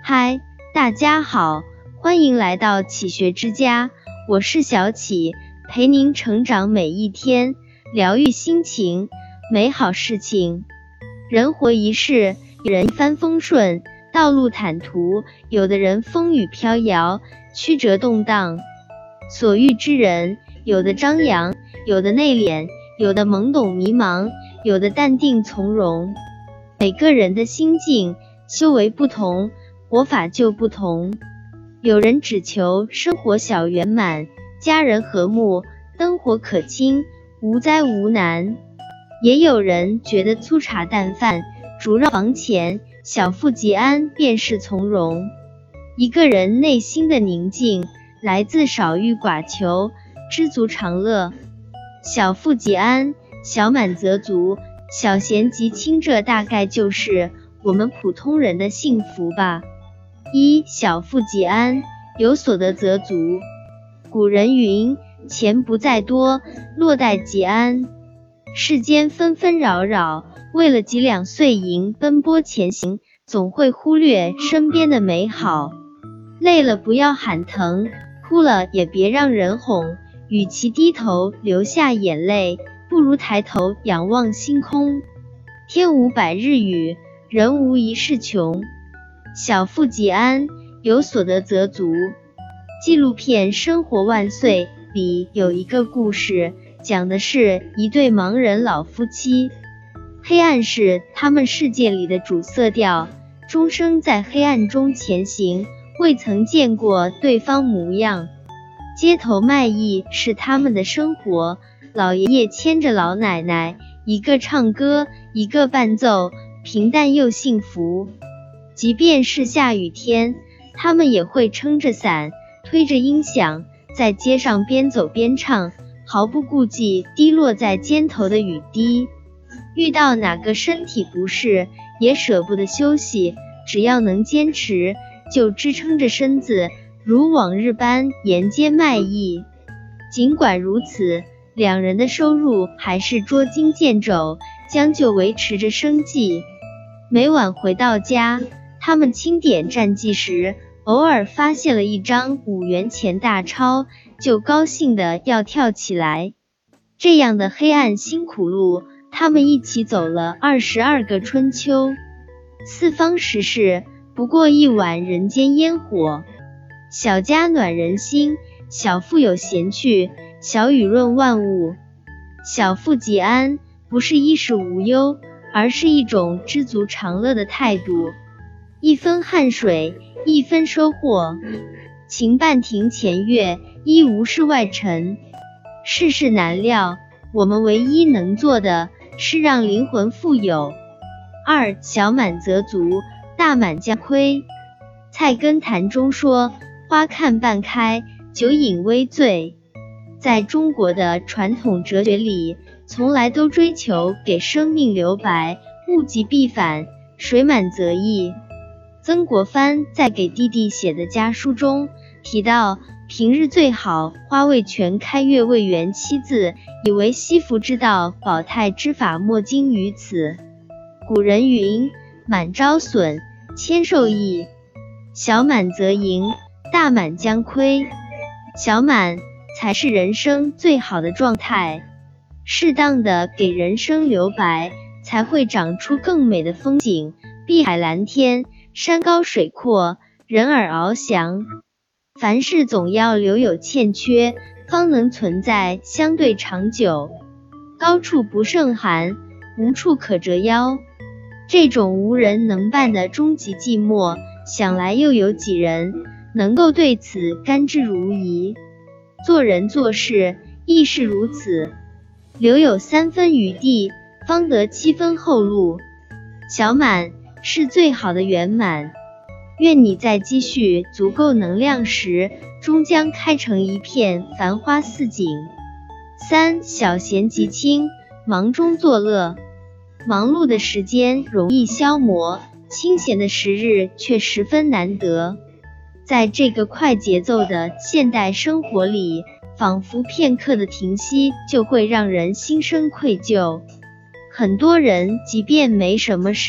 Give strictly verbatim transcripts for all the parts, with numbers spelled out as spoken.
嗨，大家好，欢迎来到启学之家，我是小启，陪您成长每一天，疗愈心情，美好事情。人活一世，有人一帆风顺，道路坦途，有的人风雨飘摇，曲折动荡。所遇之人，有的张扬，有的内敛，有的懵懂迷茫，有的淡定从容。每个人的心境、修为不同，活法就不同。有人只求生活小圆满，家人和睦，灯火可亲，无灾无难。也有人觉得粗茶淡饭，煮肉房前，小富即安，便是从容。一个人内心的宁静，来自少欲寡求，知足常乐。小富即安，小满则足，小闲即清，这大概就是我们普通人的幸福吧。一小富即安，有所得则足。古人云，钱不在多，落袋即安。世间纷纷扰扰，为了几两碎银奔波前行，总会忽略身边的美好。累了不要喊疼，哭了也别让人哄，与其低头流下眼泪，不如抬头仰望星空。天无百日雨，人无一世穷。小富即安，有所得则足。纪录片《生活万岁》里有一个故事，讲的是一对盲人老夫妻。黑暗是他们世界里的主色调，终生在黑暗中前行，未曾见过对方模样。街头卖艺是他们的生活，老爷爷牵着老奶奶，一个唱歌，一个伴奏，平淡又幸福。即便是下雨天，他们也会撑着伞，推着音响，在街上边走边唱，毫不顾忌滴落在肩头的雨滴。遇到哪个身体不适，也舍不得休息，只要能坚持，就支撑着身子，如往日般沿街卖艺。尽管如此，两人的收入还是捉襟见肘，将就维持着生计。每晚回到家，他们清点战绩时，偶尔发现了一张五元钱大钞，就高兴的要跳起来。这样的黑暗辛苦路，他们一起走了二十二个春秋。四方时事，不过一碗人间烟火。小家暖人心，小富有闲趣，小雨润万物。小富即安，不是衣食无忧，而是一种知足常乐的态度。一分汗水，一分收获。勤半庭前月，一无事外尘。世事难料，我们唯一能做的是让灵魂富有。二小满则足，大满将亏。菜根谭中说，花看半开，酒饮微醉。在中国的传统哲学里，从来都追求给生命留白，物极必反，水满则溢。曾国藩在给弟弟写的家书中提到，平日最好花未全开，月未圆七字，以为惜福之道，保泰之法莫精于此。古人云，满招损，谦受益。小满则盈，大满将亏。小满才是人生最好的状态，适当的给人生留白，才会长出更美的风景，碧海蓝天，山高水阔，人儿翱翔。凡事总要留有欠缺，方能存在相对长久。高处不胜寒，无处可折腰。这种无人能伴的终极寂寞，想来又有几人能够对此甘之如饴。做人做事亦是如此，留有三分余地，方得七分后路。小满是最好的圆满。愿你在积蓄足够能量时，终将开成一片繁花似锦。三小闲即清，忙中作乐。忙碌的时间容易消磨，清闲的时日却十分难得。在这个快节奏的现代生活里，仿佛片刻的停息就会让人心生愧疚。很多人即便没什么事，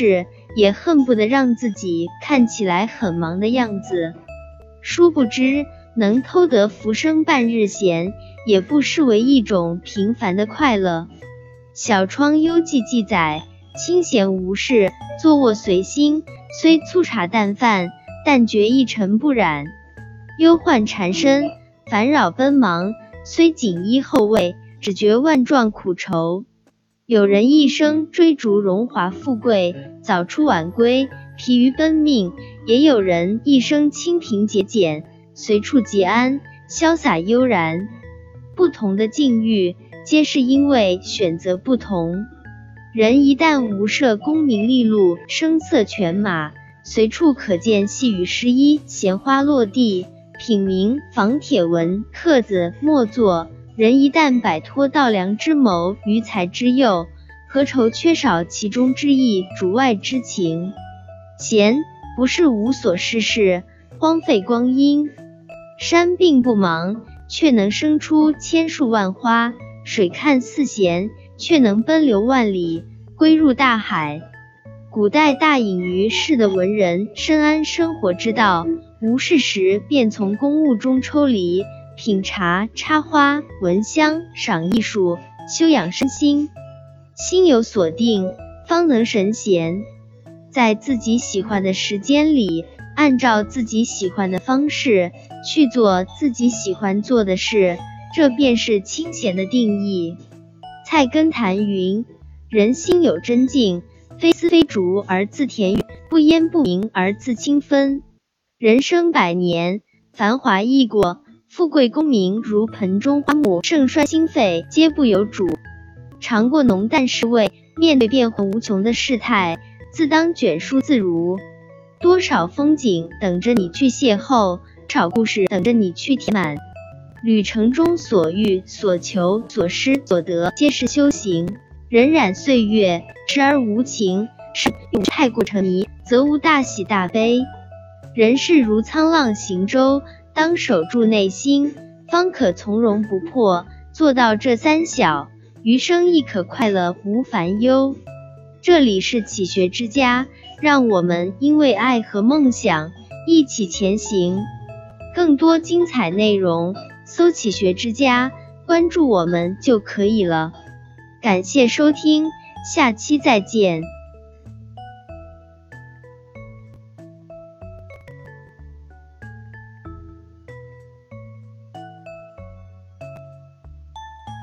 也恨不得让自己看起来很忙的样子。殊不知，能偷得浮生半日闲，也不失为一种平凡的快乐。小窗幽记记载，清闲无事，坐卧随心，虽粗茶淡饭，但觉一尘不染。忧患缠身，烦扰奔忙，虽锦衣后位，只觉万状苦愁。有人一生追逐荣华富贵，早出晚归，疲于奔命；也有人一生清贫节俭，随处即安，潇洒悠然。不同的境遇，皆是因为选择不同。人一旦无涉功名利禄、声色犬马，随处可见细雨湿衣、闲花落地，品茗、仿帖文、刻字、墨作。人一旦摆脱道良之谋、愚才之诱，何愁缺少其中之意、主外之情？闲不是无所事事，荒废光阴。山并不忙，却能生出千树万花；水看似闲，却能奔流万里，归入大海。古代大隐于世的文人深谙生活之道，无事时便从公务中抽离，品茶、插花、闻香、赏艺术，修养身心。心有所定，方能神闲。在自己喜欢的时间里，按照自己喜欢的方式去做自己喜欢做的事，这便是清闲的定义。菜根谭云：人心有真境，非丝非竹而自田园，不烟不鸣而自清芬。人生百年，繁华易过，富贵功名如盆中花木，盛衰兴废皆不由主。尝过浓淡诗味，面对变幻无穷的事态，自当卷舒自如。多少风景等着你去邂逅，多少故事等着你去填满。旅程中所遇、所求、所失、所得，皆是修行。荏苒岁月，时而无情，是太过沉迷，则无大喜大悲。人世如沧浪行舟，当守住内心，方可从容不迫，做到这三小，余生亦可快乐无烦忧。这里是启学之家，让我们因为爱和梦想一起前行。更多精彩内容，搜启学之家，关注我们就可以了。感谢收听，下期再见。